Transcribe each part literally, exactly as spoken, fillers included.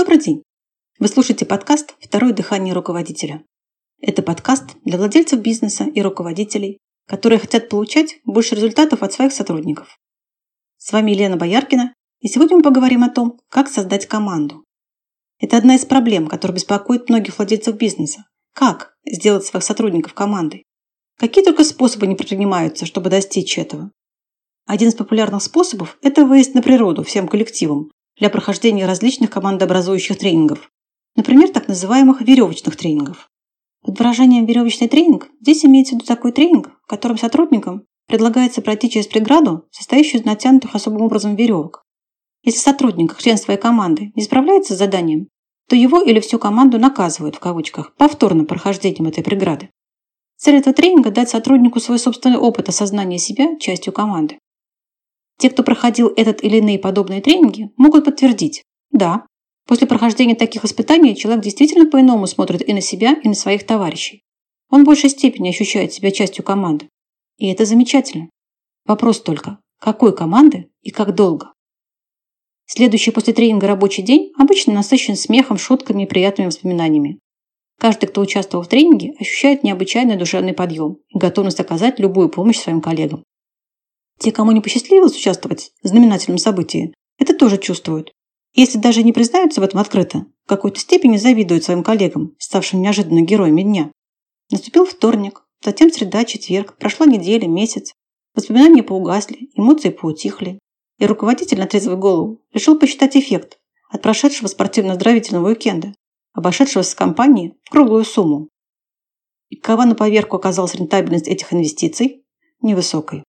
Добрый день! Вы слушаете подкаст «Второе дыхание руководителя». Это подкаст для владельцев бизнеса и руководителей, которые хотят получать больше результатов от своих сотрудников. С вами Елена Бояркина, и сегодня мы поговорим о том, как создать команду. Это одна из проблем, которая беспокоит многих владельцев бизнеса. Как сделать своих сотрудников командой? Какие только способы не предпринимаются, чтобы достичь этого? Один из популярных способов – это выезд на природу всем коллективом для прохождения различных командообразующих тренингов, например, так называемых веревочных тренингов. Под выражением «веревочный тренинг» здесь имеется в виду такой тренинг, в котором сотрудникам предлагается пройти через преграду, состоящую из натянутых особым образом веревок. Если сотрудник, член своей команды, не справляется с заданием, то его или всю команду наказывают, в кавычках, повторным прохождением этой преграды. Цель этого тренинга – дать сотруднику свой собственный опыт осознания себя частью команды. Те, кто проходил этот или иные подобные тренинги, могут подтвердить: да, после прохождения таких испытаний человек действительно по-иному смотрит и на себя, и на своих товарищей. Он в большей степени ощущает себя частью команды. И это замечательно. Вопрос только, какой команды и как долго? Следующий после тренинга рабочий день обычно насыщен смехом, шутками и приятными воспоминаниями. Каждый, кто участвовал в тренинге, ощущает необычайный душевный подъем и готовность оказать любую помощь своим коллегам. Те, кому не посчастливилось участвовать в знаменательном событии, это тоже чувствуют. И если даже не признаются в этом открыто, в какой-то степени завидуют своим коллегам, ставшим неожиданно героями дня. Наступил вторник, затем среда, четверг, прошла неделя, месяц. Воспоминания поугасли, эмоции поутихли. И руководитель на трезвую голову решил посчитать эффект от прошедшего спортивно-оздоровительного уикенда, обошедшегося с компанией в круглую сумму. И какова на поверку оказалась рентабельность этих инвестиций? Невысокой.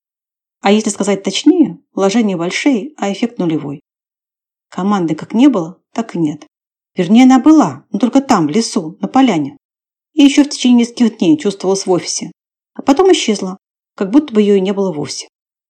А если сказать точнее, вложения большие, а эффект нулевой. Команды как не было, так и нет. Вернее, она была, но только там, в лесу, на поляне. И еще в течение нескольких дней чувствовалась в офисе. А потом исчезла, как будто бы ее и не было вовсе.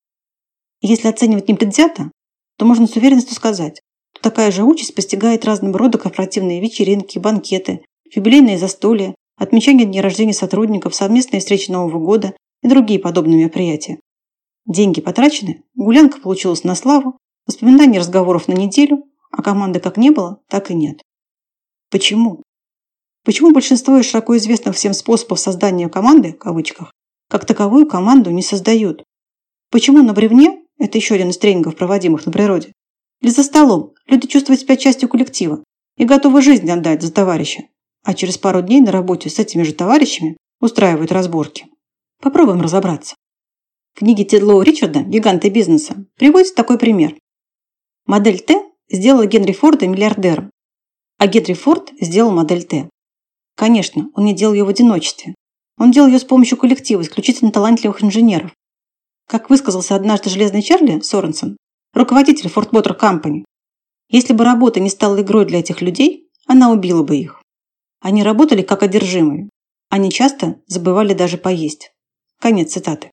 И если оценивать непредвзято, то можно с уверенностью сказать, что такая же участь постигает разного рода корпоративные вечеринки, банкеты, юбилейные застолья, отмечание дней рождения сотрудников, совместные встречи Нового года и другие подобные мероприятия. Деньги потрачены, гулянка получилась на славу, воспоминаний разговоров на неделю, а команды как не было, так и нет. Почему? Почему большинство из широко известных всем способов создания команды, в кавычках, как таковую команду не создают? Почему на бревне, это еще один из тренингов, проводимых на природе, или за столом люди чувствуют себя частью коллектива и готовы жизнь отдать за товарища, а через пару дней на работе с этими же товарищами устраивают разборки? Попробуем разобраться. В книге Тедлоу Ричарда «Гиганты бизнеса» приводится такой пример. Модель Т сделала Генри Форда миллиардером, а Генри Форд сделал модель Т. Конечно, он не делал ее в одиночестве. Он делал ее с помощью коллектива исключительно талантливых инженеров. Как высказался однажды Железный Чарли Соренсон, руководитель Ford Motor Company, если бы работа не стала игрой для этих людей, она убила бы их. Они работали как одержимые. Они часто забывали даже поесть. Конец цитаты.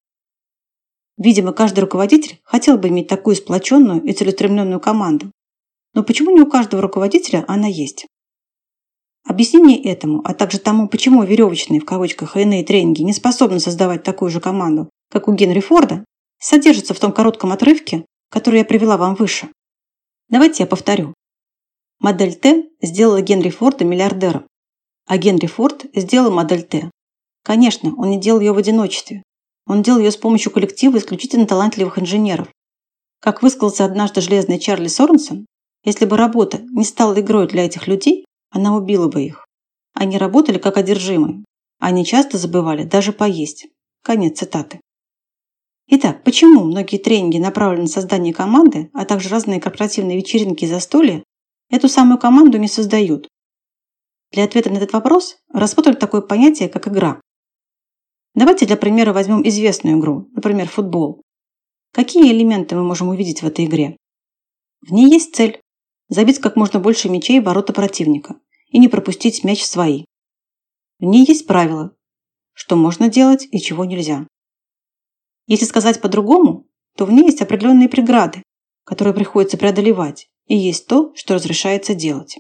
Видимо, каждый руководитель хотел бы иметь такую сплоченную и целеустремленную команду. Но почему не у каждого руководителя она есть? Объяснение этому, а также тому, почему веревочные в кавычках и иные тренинги не способны создавать такую же команду, как у Генри Форда, содержится в том коротком отрывке, который я привела вам выше. Давайте я повторю. Модель Т сделала Генри Форда миллиардером, а Генри Форд сделал модель Т. Конечно, он не делал ее в одиночестве. Он делал ее с помощью коллектива исключительно талантливых инженеров. Как высказался однажды Железный Чарли Соренсон, если бы работа не стала игрой для этих людей, она убила бы их. Они работали как одержимые. Они часто забывали даже поесть. Конец цитаты. Итак, почему многие тренинги направлены на создание команды, а также разные корпоративные вечеринки и застолья, эту самую команду не создают? Для ответа на этот вопрос рассмотрим такое понятие, как игра. Давайте для примера возьмем известную игру, например, футбол. Какие элементы мы можем увидеть в этой игре? В ней есть цель – забить как можно больше мячей в ворота противника и не пропустить мяч в свои. В ней есть правила, что можно делать и чего нельзя. Если сказать по-другому, то в ней есть определенные преграды, которые приходится преодолевать, и есть то, что разрешается делать.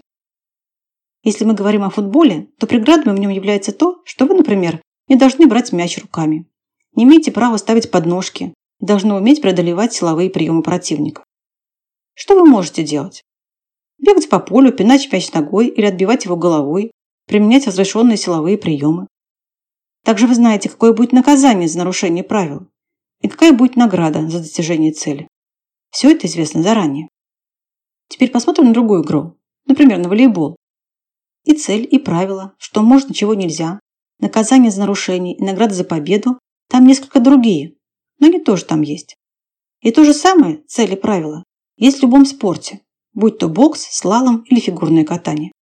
Если мы говорим о футболе, то преградами в нем является то, что вы, например, не должны брать мяч руками, не имеете права ставить подножки и должны уметь преодолевать силовые приемы противника. Что вы можете делать? Бегать по полю, пинать мяч ногой или отбивать его головой, применять разрешенные силовые приемы. Также вы знаете, какое будет наказание за нарушение правил и какая будет награда за достижение цели. Все это известно заранее. Теперь посмотрим на другую игру, например, на волейбол. И цель, и правила, что можно, чего нельзя, наказание за нарушение и награда за победу там несколько другие, но они тоже там есть. И то же самое, цель и правила, есть в любом спорте, будь то бокс, слалом или фигурное катание.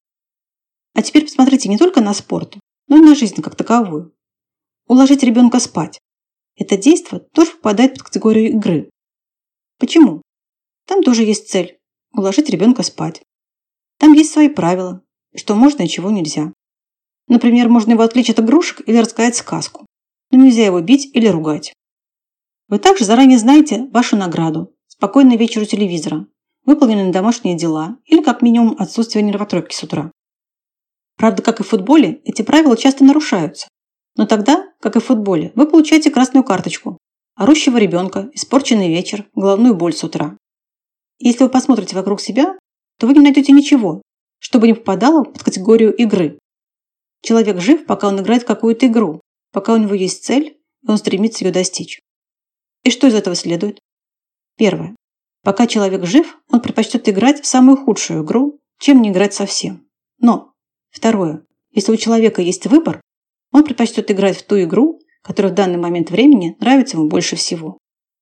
А теперь посмотрите не только на спорт, но и на жизнь как таковую. Уложить ребенка спать. Это действие тоже попадает под категорию игры. Почему? Там тоже есть цель – уложить ребенка спать. Там есть свои правила, что можно и чего нельзя. Например, можно его отвлечь от игрушек или рассказать сказку, но нельзя его бить или ругать. Вы также заранее знаете вашу награду, спокойный вечер у телевизора, выполненные домашние дела или как минимум отсутствие нервотрепки с утра. Правда, как и в футболе, эти правила часто нарушаются. Но тогда, как и в футболе, вы получаете красную карточку, орущего ребенка, испорченный вечер, головную боль с утра. И если вы посмотрите вокруг себя, то вы не найдете ничего, чтобы не попадало под категорию игры. Человек жив, пока он играет в какую-то игру, пока у него есть цель, и он стремится ее достичь. И что из этого следует? Первое. Пока человек жив, он предпочтет играть в самую худшую игру, чем не играть совсем. Но, второе. Если у человека есть выбор, он предпочтет играть в ту игру, которая в данный момент времени нравится ему больше всего.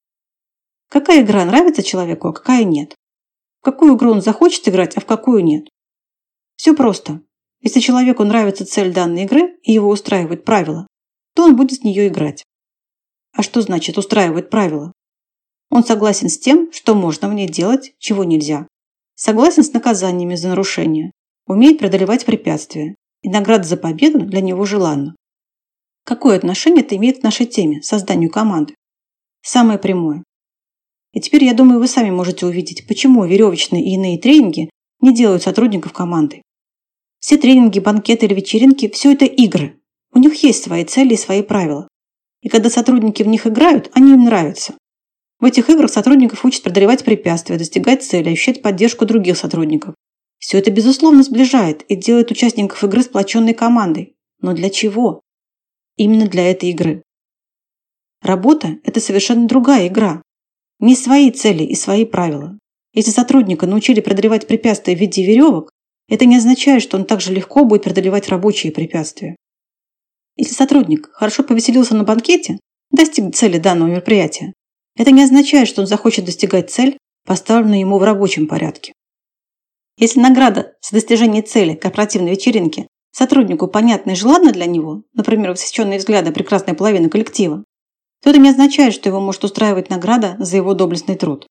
Какая игра нравится человеку, а какая нет? В какую игру он захочет играть, а в какую нет? Все просто. Если человеку нравится цель данной игры и его устраивают правила, то он будет в нее играть. А что значит устраивает правила? Он согласен с тем, что можно в ней делать, чего нельзя. Согласен с наказаниями за нарушение. Умеет преодолевать препятствия. И награда за победу для него желанна. Какое отношение это имеет к нашей теме – созданию команды? Самое прямое. И теперь, я думаю, вы сами можете увидеть, почему веревочные и иные тренинги не делают сотрудников командой. Все тренинги, банкеты или вечеринки – все это игры. У них есть свои цели и свои правила. И когда сотрудники в них играют, они им нравятся. В этих играх сотрудников учат преодолевать препятствия, достигать цели, ощущать поддержку других сотрудников. Все это, безусловно, сближает и делает участников игры сплоченной командой. Но для чего? Именно для этой игры. Работа – это совершенно другая игра. Не свои цели и свои правила. Если сотрудника научили преодолевать препятствия в виде веревок, это не означает, что он также легко будет преодолевать рабочие препятствия. Если сотрудник хорошо повеселился на банкете, достиг цели данного мероприятия, это не означает, что он захочет достигать цель, поставленную ему в рабочем порядке. Если награда за достижение цели корпоративной вечеринки сотруднику понятна и желанна для него, например, восхищенные взгляды прекрасной половины коллектива, то это не означает, что его может устраивать награда за его доблестный труд.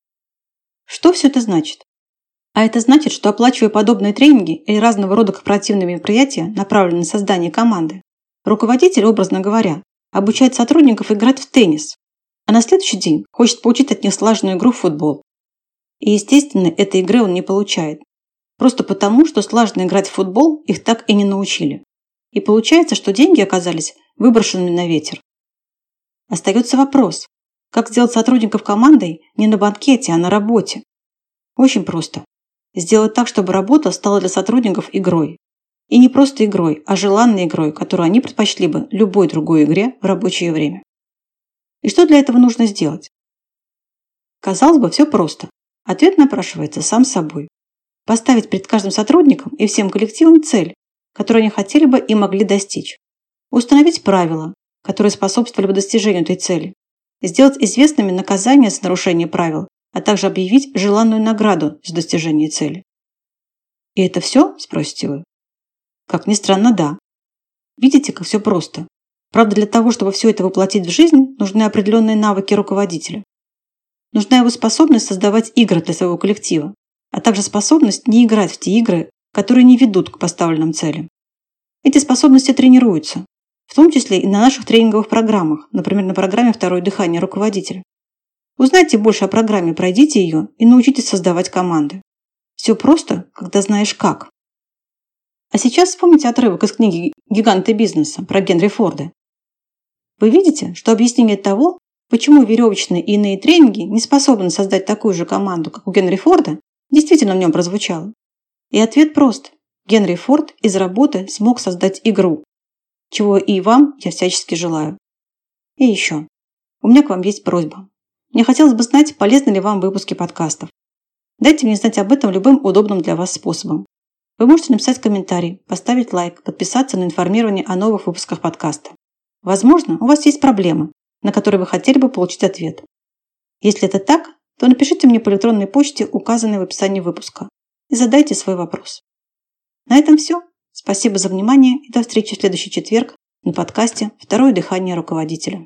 Что все это значит? А это значит, что, оплачивая подобные тренинги или разного рода корпоративные мероприятия, направленные на создание команды, руководитель, образно говоря, обучает сотрудников играть в теннис, а на следующий день хочет получить от них слаженную игру в футбол. И, естественно, этой игры он не получает. Просто потому, что слаженно играть в футбол их так и не научили. И получается, что деньги оказались выброшенными на ветер. Остается вопрос, как сделать сотрудников командой не на банкете, а на работе? Очень просто. Сделать так, чтобы работа стала для сотрудников игрой. И не просто игрой, а желанной игрой, которую они предпочли бы любой другой игре в рабочее время. И что для этого нужно сделать? Казалось бы, все просто. Ответ напрашивается сам собой. Поставить перед каждым сотрудником и всем коллективом цель, которую они хотели бы и могли достичь. Установить правила, которые способствовали бы достижению этой цели. Сделать известными наказания за нарушение правил, а также объявить желанную награду за достижение цели. И это все, спросите вы? Как ни странно, да. Видите, как все просто. Правда, для того, чтобы все это воплотить в жизнь, нужны определенные навыки руководителя. Нужна его способность создавать игры для своего коллектива, а также способность не играть в те игры, которые не ведут к поставленным целям. Эти способности тренируются, в том числе и на наших тренинговых программах, например, на программе «Второе дыхание руководителя». Узнайте больше о программе, пройдите ее и научитесь создавать команды. Все просто, когда знаешь как. А сейчас вспомните отрывок из книги «Гиганты бизнеса» про Генри Форда. Вы видите, что объяснение того, почему веревочные и иные тренинги не способны создать такую же команду, как у Генри Форда, действительно в нем прозвучало? И ответ прост. Генри Форд из работы смог создать игру, чего и вам я всячески желаю. И еще. У меня к вам есть просьба. Мне хотелось бы знать, полезны ли вам выпуски подкастов. Дайте мне знать об этом любым удобным для вас способом. Вы можете написать комментарий, поставить лайк, подписаться на информирование о новых выпусках подкаста. Возможно, у вас есть проблемы, на которые вы хотели бы получить ответ. Если это так, то напишите мне по электронной почте, указанной в описании выпуска, и задайте свой вопрос. На этом все. Спасибо за внимание и до встречи в следующий четверг на подкасте «Второе дыхание руководителя».